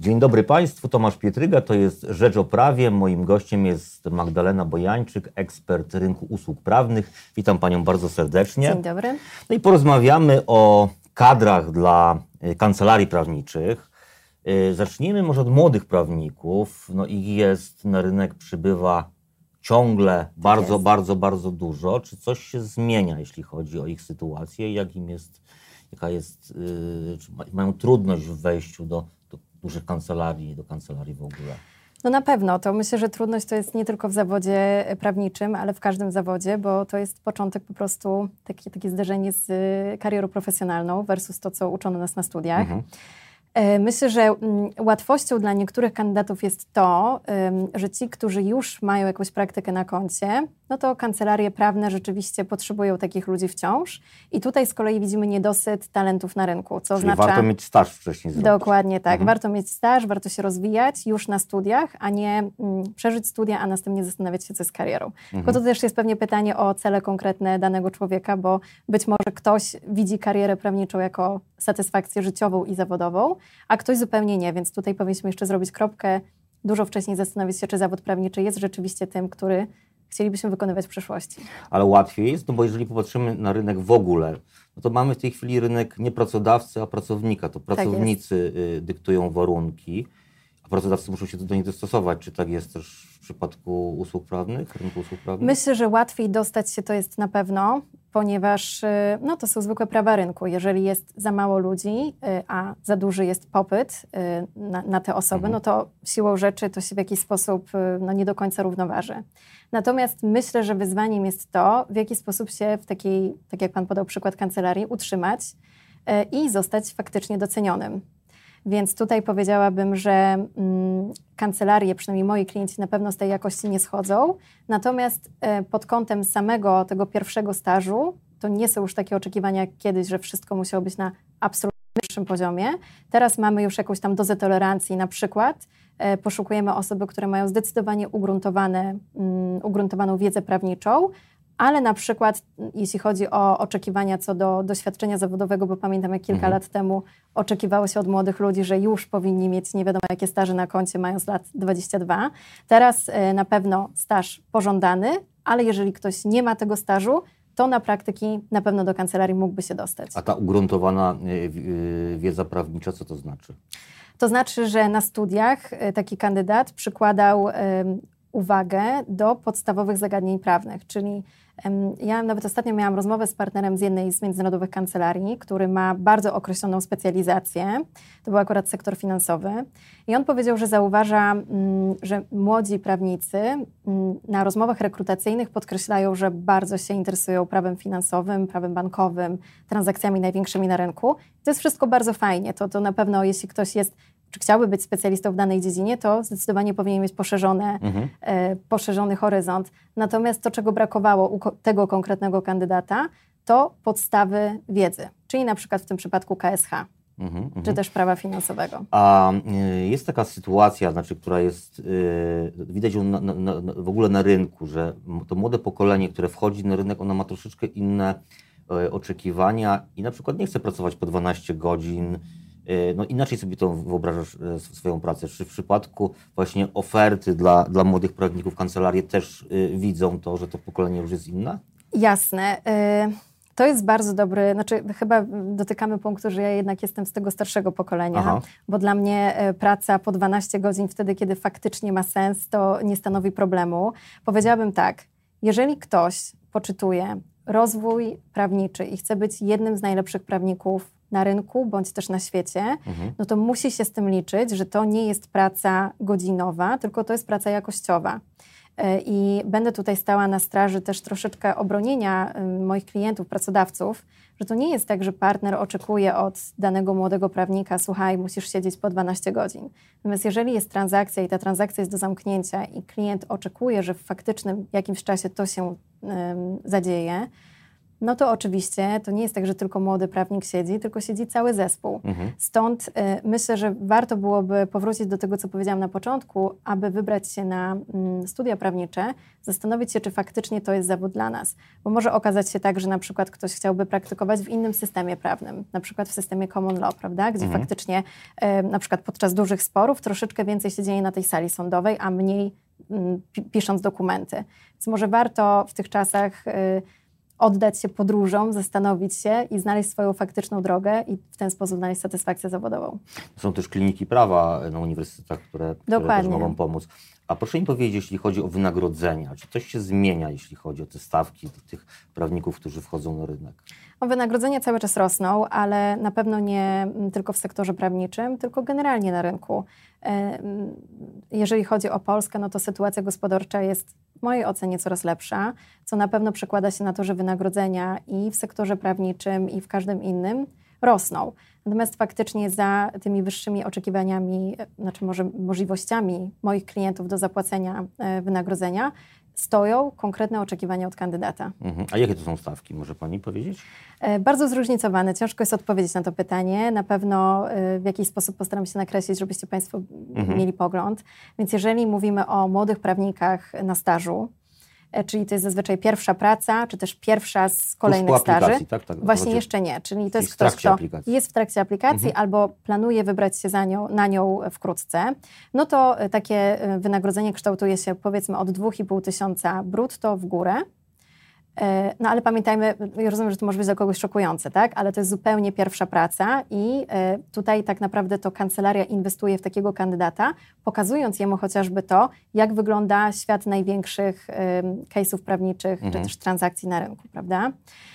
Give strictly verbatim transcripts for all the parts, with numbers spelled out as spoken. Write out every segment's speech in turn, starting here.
Dzień dobry Państwu, Tomasz Pietryga, to jest Rzecz o Prawie. Moim gościem jest Magdalena Bojańczyk, ekspert rynku usług prawnych. Witam Panią bardzo serdecznie. Dzień dobry. No i porozmawiamy o kadrach dla kancelarii prawniczych. Zacznijmy może od młodych prawników. No ich jest, na rynek przybywa ciągle bardzo, jest. bardzo, bardzo dużo. Czy coś się zmienia, jeśli chodzi o ich sytuację? Jak im jest, jaka jest, yy, czy mają trudność w wejściu do, do dużych kancelarii, do kancelarii w ogóle? No na pewno. To myślę, że trudność to jest nie tylko w zawodzie prawniczym, ale w każdym zawodzie, bo to jest początek po prostu, takie, takie zderzenie z karierą profesjonalną versus to, co uczono nas na studiach. Mhm. Myślę, że łatwością dla niektórych kandydatów jest to, że ci, którzy już mają jakąś praktykę na koncie, no to kancelarie prawne rzeczywiście potrzebują takich ludzi wciąż. I tutaj z kolei widzimy niedosyt talentów na rynku, co Czyli oznacza... warto mieć staż wcześniej zrobić. Dokładnie tak. Mhm. Warto mieć staż, warto się rozwijać już na studiach, a nie mm, przeżyć studia, a następnie zastanawiać się, co z karierą. Mhm. Tylko to też jest pewnie pytanie o cele konkretne danego człowieka, bo być może ktoś widzi karierę prawniczą jako satysfakcję życiową i zawodową, a ktoś zupełnie nie, więc tutaj powinniśmy jeszcze zrobić kropkę, dużo wcześniej zastanowić się, czy zawód prawniczy jest rzeczywiście tym, który chcielibyśmy wykonywać w przyszłości. Ale łatwiej jest, no bo jeżeli popatrzymy na rynek w ogóle, no to mamy w tej chwili rynek nie pracodawcy, a pracownika. To pracownicy tak dyktują warunki, a pracodawcy muszą się do nich dostosować. Czy tak jest też w przypadku usług prawnych, rynku usług prawnych? Myślę, że łatwiej dostać się to jest na pewno, ponieważ no, to są zwykłe prawa rynku. Jeżeli jest za mało ludzi, a za duży jest popyt na, na te osoby, mhm. no to siłą rzeczy to się w jakiś sposób no, nie do końca równoważy. Natomiast myślę, że wyzwaniem jest to, w jaki sposób się w takiej, tak jak Pan podał przykład kancelarii, utrzymać i zostać faktycznie docenionym. Więc tutaj powiedziałabym, że mm, kancelarie, przynajmniej moi klienci, na pewno z tej jakości nie schodzą. Natomiast e, pod kątem samego tego pierwszego stażu, to nie są już takie oczekiwania jak kiedyś, że wszystko musiało być na absolutnie wyższym poziomie. Teraz mamy już jakąś tam dozę tolerancji. Na przykład e, poszukujemy osoby, które mają zdecydowanie ugruntowane, mm, ugruntowaną wiedzę prawniczą, ale na przykład jeśli chodzi o oczekiwania co do doświadczenia zawodowego, bo pamiętam jak kilka mhm. lat temu oczekiwało się od młodych ludzi, że już powinni mieć nie wiadomo jakie staże na koncie, mając lat dwadzieścia dwa. Teraz y, na pewno staż pożądany, ale jeżeli ktoś nie ma tego stażu, to na praktyki na pewno do kancelarii mógłby się dostać. A ta ugruntowana y, y, wiedza prawnicza, co to znaczy? To znaczy, że na studiach y, taki kandydat przykładał y, uwagę do podstawowych zagadnień prawnych, czyli ja nawet ostatnio miałam rozmowę z partnerem z jednej z międzynarodowych kancelarii, który ma bardzo określoną specjalizację. To był akurat sektor finansowy. I on powiedział, że zauważa, że młodzi prawnicy na rozmowach rekrutacyjnych podkreślają, że bardzo się interesują prawem finansowym, prawem bankowym, transakcjami największymi na rynku. To jest wszystko bardzo fajnie. To, to na pewno, jeśli ktoś jest czy chciałby być specjalistą w danej dziedzinie, to zdecydowanie powinien mieć poszerzone, mhm. e, poszerzony horyzont. Natomiast to, czego brakowało u ko- tego konkretnego kandydata, to podstawy wiedzy, czyli na przykład w tym przypadku K S H, mhm, czy też prawa finansowego. A y, jest taka sytuacja, znaczy, która jest, y, widać ją na, na, na, w ogóle na rynku, że to młode pokolenie, które wchodzi na rynek, ono ma troszeczkę inne y, oczekiwania i na przykład nie chce pracować po dwanaście godzin. No inaczej sobie to wyobrażasz swoją pracę. Czy w przypadku właśnie oferty dla, dla młodych prawników kancelarie też y, widzą to, że to pokolenie już jest inne? Jasne. Y, to jest bardzo dobry, znaczy chyba dotykamy punktu, że ja jednak jestem z tego starszego pokolenia, Aha. bo dla mnie praca po dwanaście godzin wtedy, kiedy faktycznie ma sens, to nie stanowi problemu. Powiedziałabym tak, jeżeli ktoś poczytuje rozwój prawniczy i chce być jednym z najlepszych prawników na rynku, bądź też na świecie, mhm. no to musi się z tym liczyć, że to nie jest praca godzinowa, tylko to jest praca jakościowa. I będę tutaj stała na straży też troszeczkę obronienia moich klientów, pracodawców, że to nie jest tak, że partner oczekuje od danego młodego prawnika, słuchaj, musisz siedzieć po dwanaście godzin. Natomiast jeżeli jest transakcja i ta transakcja jest do zamknięcia i klient oczekuje, że w faktycznym jakimś czasie to się um, zadzieje, no to oczywiście to nie jest tak, że tylko młody prawnik siedzi, tylko siedzi cały zespół. Mhm. Stąd y, myślę, że warto byłoby powrócić do tego, co powiedziałam na początku, aby wybrać się na y, studia prawnicze, zastanowić się, czy faktycznie to jest zawód dla nas. Bo może okazać się tak, że na przykład ktoś chciałby praktykować w innym systemie prawnym, na przykład w systemie common law, prawda? Gdzie mhm. faktycznie y, na przykład podczas dużych sporów troszeczkę więcej się dzieje na tej sali sądowej, a mniej y, pisząc dokumenty. Więc może warto w tych czasach y, oddać się podróżom, zastanowić się i znaleźć swoją faktyczną drogę i w ten sposób znaleźć satysfakcję zawodową. Są też kliniki prawa na uniwersytetach, które, które też mogą pomóc. A proszę mi powiedzieć, jeśli chodzi o wynagrodzenia, czy coś się zmienia, jeśli chodzi o te stawki tych prawników, którzy wchodzą na rynek? O, wynagrodzenia cały czas rosną, ale na pewno nie tylko w sektorze prawniczym, tylko generalnie na rynku. Jeżeli chodzi o Polskę, no to sytuacja gospodarcza jest w mojej ocenie coraz lepsza, co na pewno przekłada się na to, że wynagrodzenia i w sektorze prawniczym, i w każdym innym rosną. Natomiast faktycznie za tymi wyższymi oczekiwaniami, znaczy może możliwościami moich klientów do zapłacenia wynagrodzenia stoją konkretne oczekiwania od kandydata. Mhm. A jakie to są stawki? Może Pani powiedzieć? Bardzo zróżnicowane. Ciężko jest odpowiedzieć na to pytanie. Na pewno w jakiś sposób postaram się nakreślić, żebyście Państwo mhm. mieli pogląd. Więc jeżeli mówimy o młodych prawnikach na stażu, czyli to jest zazwyczaj pierwsza praca, czy też pierwsza z kolejnych staży. Tak, tak, Właśnie jeszcze nie. Czyli to jest ktoś, kto aplikacji. jest w trakcie aplikacji mhm. albo planuje wybrać się za nią, na nią wkrótce. No to takie wynagrodzenie kształtuje się powiedzmy od dwa i pół tysiąca brutto w górę. No ale pamiętajmy, ja rozumiem, że to może być dla kogoś szokujące, tak? Ale to jest zupełnie pierwsza praca i tutaj tak naprawdę to kancelaria inwestuje w takiego kandydata, pokazując jemu chociażby to, jak wygląda świat największych case'ów prawniczych, mhm. czy też transakcji na rynku, prawda?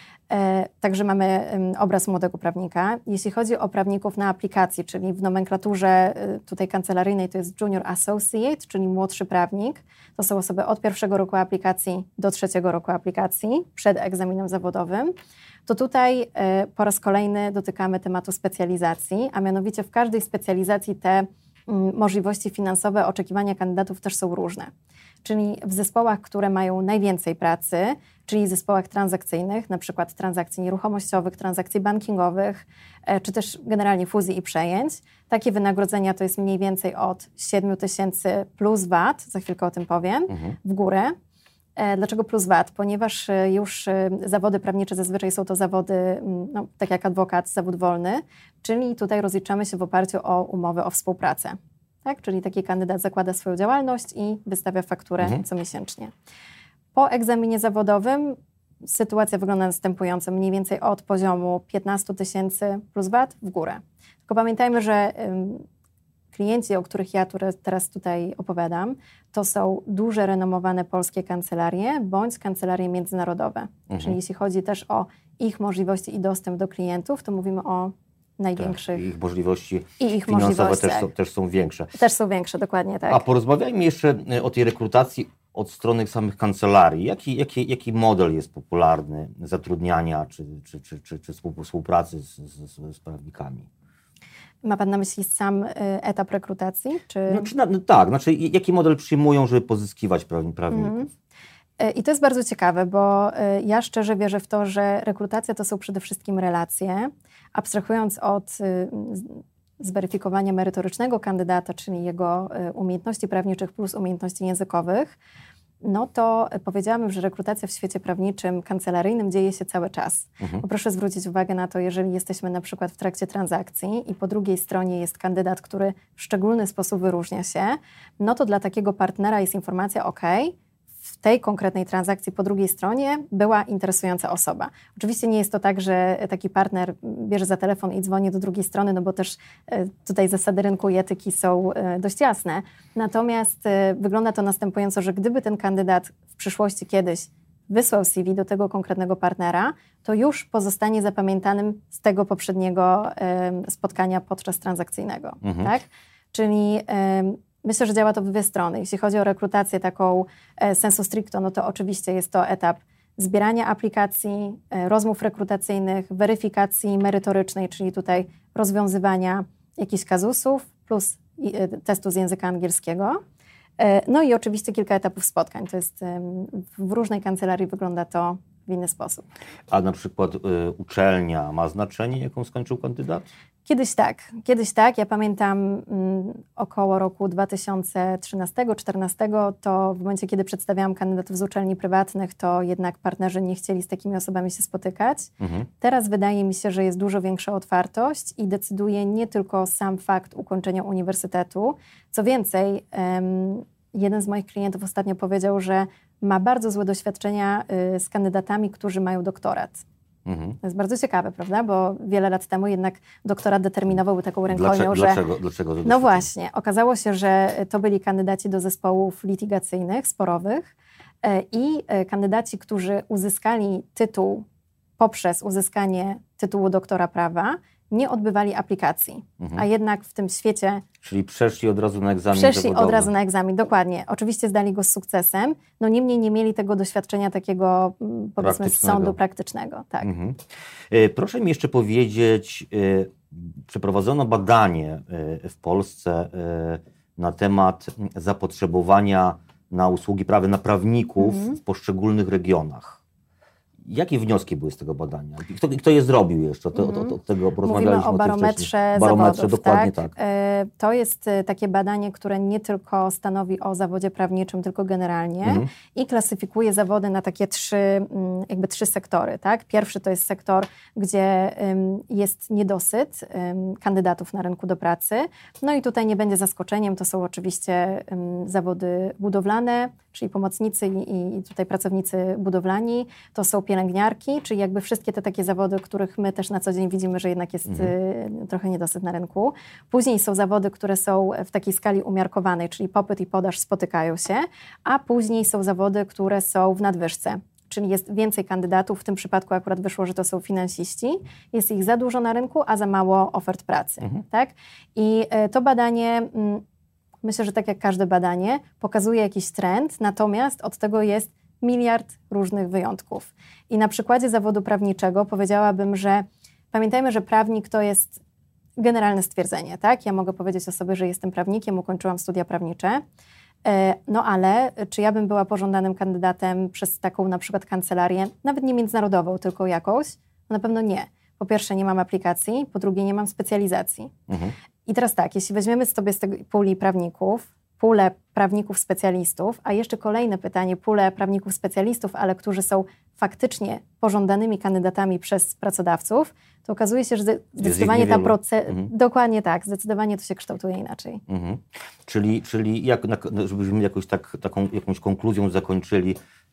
Także mamy obraz młodego prawnika. Jeśli chodzi o prawników na aplikacji, czyli w nomenklaturze tutaj kancelaryjnej to jest junior associate, czyli młodszy prawnik. To są osoby od pierwszego roku aplikacji do trzeciego roku aplikacji przed egzaminem zawodowym. To tutaj po raz kolejny dotykamy tematu specjalizacji, a mianowicie w każdej specjalizacji te możliwości finansowe, oczekiwania kandydatów też są różne. Czyli w zespołach, które mają najwięcej pracy, czyli zespołach transakcyjnych, na przykład transakcji nieruchomościowych, transakcji bankingowych, czy też generalnie fuzji i przejęć, takie wynagrodzenia to jest mniej więcej od siedmiu tysięcy plus V A T, za chwilkę o tym powiem, mhm. w górę. Dlaczego plus V A T? Ponieważ już zawody prawnicze zazwyczaj są to zawody, no, tak jak adwokat, zawód wolny, czyli tutaj rozliczamy się w oparciu o umowę o współpracę. Tak? Czyli taki kandydat zakłada swoją działalność i wystawia fakturę mhm. comiesięcznie. Po egzaminie zawodowym sytuacja wygląda następująco, mniej więcej od poziomu piętnaście tysięcy plus V A T w górę. Tylko pamiętajmy, że ym, klienci, o których ja teraz tutaj opowiadam, to są duże, renomowane polskie kancelarie bądź kancelarie międzynarodowe. Mhm. Czyli jeśli chodzi też o ich możliwości i dostęp do klientów, to mówimy o największych. Tak, ich możliwości i ich finansowe możliwości, też, są, też są większe. Też są większe, dokładnie tak. A porozmawiajmy jeszcze o tej rekrutacji od strony samych kancelarii. Jaki, jaki, jaki model jest popularny zatrudniania czy, czy, czy, czy, czy współpracy z, z, z prawnikami? Ma Pan na myśli sam etap rekrutacji? Czy... No, czy na, no, tak, znaczy jaki model przyjmują, żeby pozyskiwać prawników? Mm. I to jest bardzo ciekawe, bo ja szczerze wierzę w to, że rekrutacja to są przede wszystkim relacje. Abstrahując od zweryfikowania merytorycznego kandydata, czyli jego umiejętności prawniczych plus umiejętności językowych, no to powiedziałabym, że rekrutacja w świecie prawniczym, kancelaryjnym dzieje się cały czas. Mhm. Bo proszę zwrócić uwagę na to, jeżeli jesteśmy na przykład w trakcie transakcji i po drugiej stronie jest kandydat, który w szczególny sposób wyróżnia się, no to dla takiego partnera jest informacja, ok, w tej konkretnej transakcji po drugiej stronie była interesująca osoba. Oczywiście nie jest to tak, że taki partner bierze za telefon i dzwoni do drugiej strony, no bo też tutaj zasady rynku i etyki są dość jasne. Natomiast wygląda to następująco, że gdyby ten kandydat w przyszłości kiedyś wysłał C V do tego konkretnego partnera, to już pozostanie zapamiętanym z tego poprzedniego spotkania podczas transakcyjnego. Mhm. Tak? Czyli myślę, że działa to w dwie strony. Jeśli chodzi o rekrutację taką e, sensu stricto, no to oczywiście jest to etap zbierania aplikacji, e, rozmów rekrutacyjnych, weryfikacji merytorycznej, czyli tutaj rozwiązywania jakichś kazusów plus e, testu z języka angielskiego. E, no i oczywiście kilka etapów spotkań. To jest e, w różnej kancelarii wygląda to w inny sposób. A na przykład y, uczelnia ma znaczenie, jaką skończył kandydat? Kiedyś tak, kiedyś tak. Ja pamiętam mm, około roku dwa tysiące trzynastego dwa tysiące czternastego, to w momencie, kiedy przedstawiałam kandydatów z uczelni prywatnych, to jednak partnerzy nie chcieli z takimi osobami się spotykać. Mhm. Teraz wydaje mi się, że jest dużo większa otwartość i decyduje nie tylko sam fakt ukończenia uniwersytetu. Co więcej, um, jeden z moich klientów ostatnio powiedział, że ma bardzo złe doświadczenia y, z kandydatami, którzy mają doktorat. Mhm. To jest bardzo ciekawe, prawda? Bo wiele lat temu jednak doktorat determinował taką rękojmią, dlaczego, że... Dlaczego? Dlaczego no właśnie, okazało się, że to byli kandydaci do zespołów litygacyjnych, sporowych i kandydaci, którzy uzyskali tytuł poprzez uzyskanie tytułu doktora prawa, nie odbywali aplikacji. Mhm. A jednak w tym świecie... Czyli przeszli od razu na egzamin Przeszli zawodowy. od razu na egzamin, dokładnie. Oczywiście zdali go z sukcesem, no niemniej nie mieli tego doświadczenia takiego, powiedzmy, z sądu praktycznego. Tak. Mhm. Proszę mi jeszcze powiedzieć, przeprowadzono badanie w Polsce na temat zapotrzebowania na usługi prawne, na prawników mhm. w poszczególnych regionach. Jakie wnioski były z tego badania? Kto, kto je zrobił jeszcze? To, mm. od, od tego porozmawialiśmy. Mówimy o barometrze Barometrze, zawodów, dokładnie tak? tak. To jest takie badanie, które nie tylko stanowi o zawodzie prawniczym, tylko generalnie mm. i klasyfikuje zawody na takie trzy, jakby trzy sektory. Tak? Pierwszy to jest sektor, gdzie jest niedosyt kandydatów na rynku do pracy. No i tutaj nie będzie zaskoczeniem, to są oczywiście zawody budowlane, czyli pomocnicy i, i tutaj pracownicy budowlani. To są pielęgniarki, czyli jakby wszystkie te takie zawody, których my też na co dzień widzimy, że jednak jest mhm. y, trochę niedosyt na rynku. Później są zawody, które są w takiej skali umiarkowanej, czyli popyt i podaż spotykają się, a później są zawody, które są w nadwyżce. Czyli jest więcej kandydatów, w tym przypadku akurat wyszło, że to są finansiści. Jest ich za dużo na rynku, a za mało ofert pracy. Mhm. Tak? I y, to badanie... Y, Myślę, że tak jak każde badanie, pokazuje jakiś trend, natomiast od tego jest miliard różnych wyjątków. I na przykładzie zawodu prawniczego powiedziałabym, że pamiętajmy, że prawnik to jest generalne stwierdzenie, tak? Ja mogę powiedzieć o sobie, że jestem prawnikiem, ukończyłam studia prawnicze, no ale czy ja bym była pożądanym kandydatem przez taką na przykład kancelarię, nawet nie międzynarodową, tylko jakąś? No na pewno nie. Po pierwsze nie mam aplikacji, po drugie nie mam specjalizacji. Mhm. I teraz tak, jeśli weźmiemy sobie z tej puli prawników, pulę prawników specjalistów, a jeszcze kolejne pytanie, pulę prawników specjalistów, ale którzy są faktycznie pożądanymi kandydatami przez pracodawców, to okazuje się, że zdecydowanie ta proces... Mhm. Dokładnie tak, zdecydowanie to się kształtuje inaczej. Mhm. Czyli, czyli jak, żebyśmy jakoś tak, taką jakąś konkluzją zakończyli,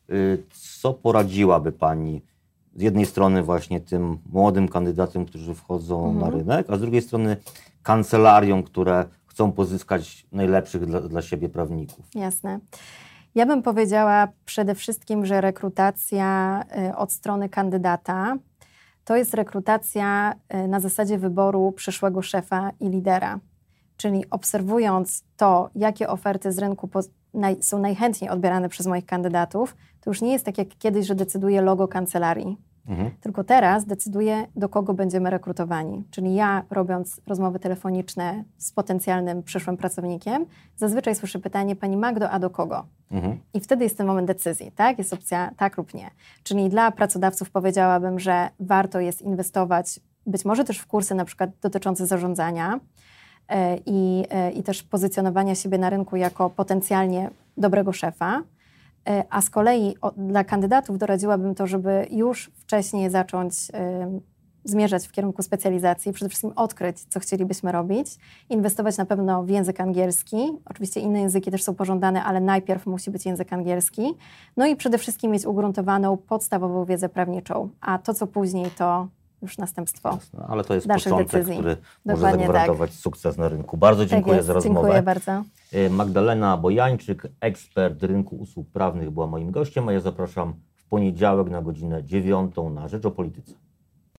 co poradziłaby Pani z jednej strony właśnie tym młodym kandydatom, którzy wchodzą mhm. na rynek, a z drugiej strony kancelariom, które chcą pozyskać najlepszych dla, dla siebie prawników? Jasne. Ja bym powiedziała przede wszystkim, że rekrutacja y, od strony kandydata to jest rekrutacja y, na zasadzie wyboru przyszłego szefa i lidera. Czyli obserwując to, jakie oferty z rynku po, naj, są najchętniej odbierane przez moich kandydatów, to już nie jest tak jak kiedyś, że decyduje logo kancelarii. Mhm. Tylko teraz decyduje, do kogo będziemy rekrutowani. Czyli ja, robiąc rozmowy telefoniczne z potencjalnym przyszłym pracownikiem, zazwyczaj słyszę pytanie: Pani Magdo, a do kogo? Mhm. I wtedy jest ten moment decyzji, tak? Jest opcja tak lub nie. Czyli dla pracodawców powiedziałabym, że warto jest inwestować być może też w kursy na przykład dotyczące zarządzania yy, i, yy, i też pozycjonowania siebie na rynku jako potencjalnie dobrego szefa. A z kolei o, dla kandydatów doradziłabym to, żeby już wcześniej zacząć y, zmierzać w kierunku specjalizacji, przede wszystkim odkryć, co chcielibyśmy robić, inwestować na pewno w język angielski. Oczywiście inne języki też są pożądane, ale najpierw musi być język angielski. No i przede wszystkim mieć ugruntowaną podstawową wiedzę prawniczą, a to, co później, to już następstwo. Jasne, ale to jest naszych początek, decyzji. który Dokładnie może zagwarantować tak. sukces na rynku. Bardzo dziękuję tak za rozmowę. Dziękuję bardzo. Magdalena Bojańczyk, ekspert rynku usług prawnych, była moim gościem, a ja zapraszam w poniedziałek na godzinę dziewiątą na Rzecz o Polityce.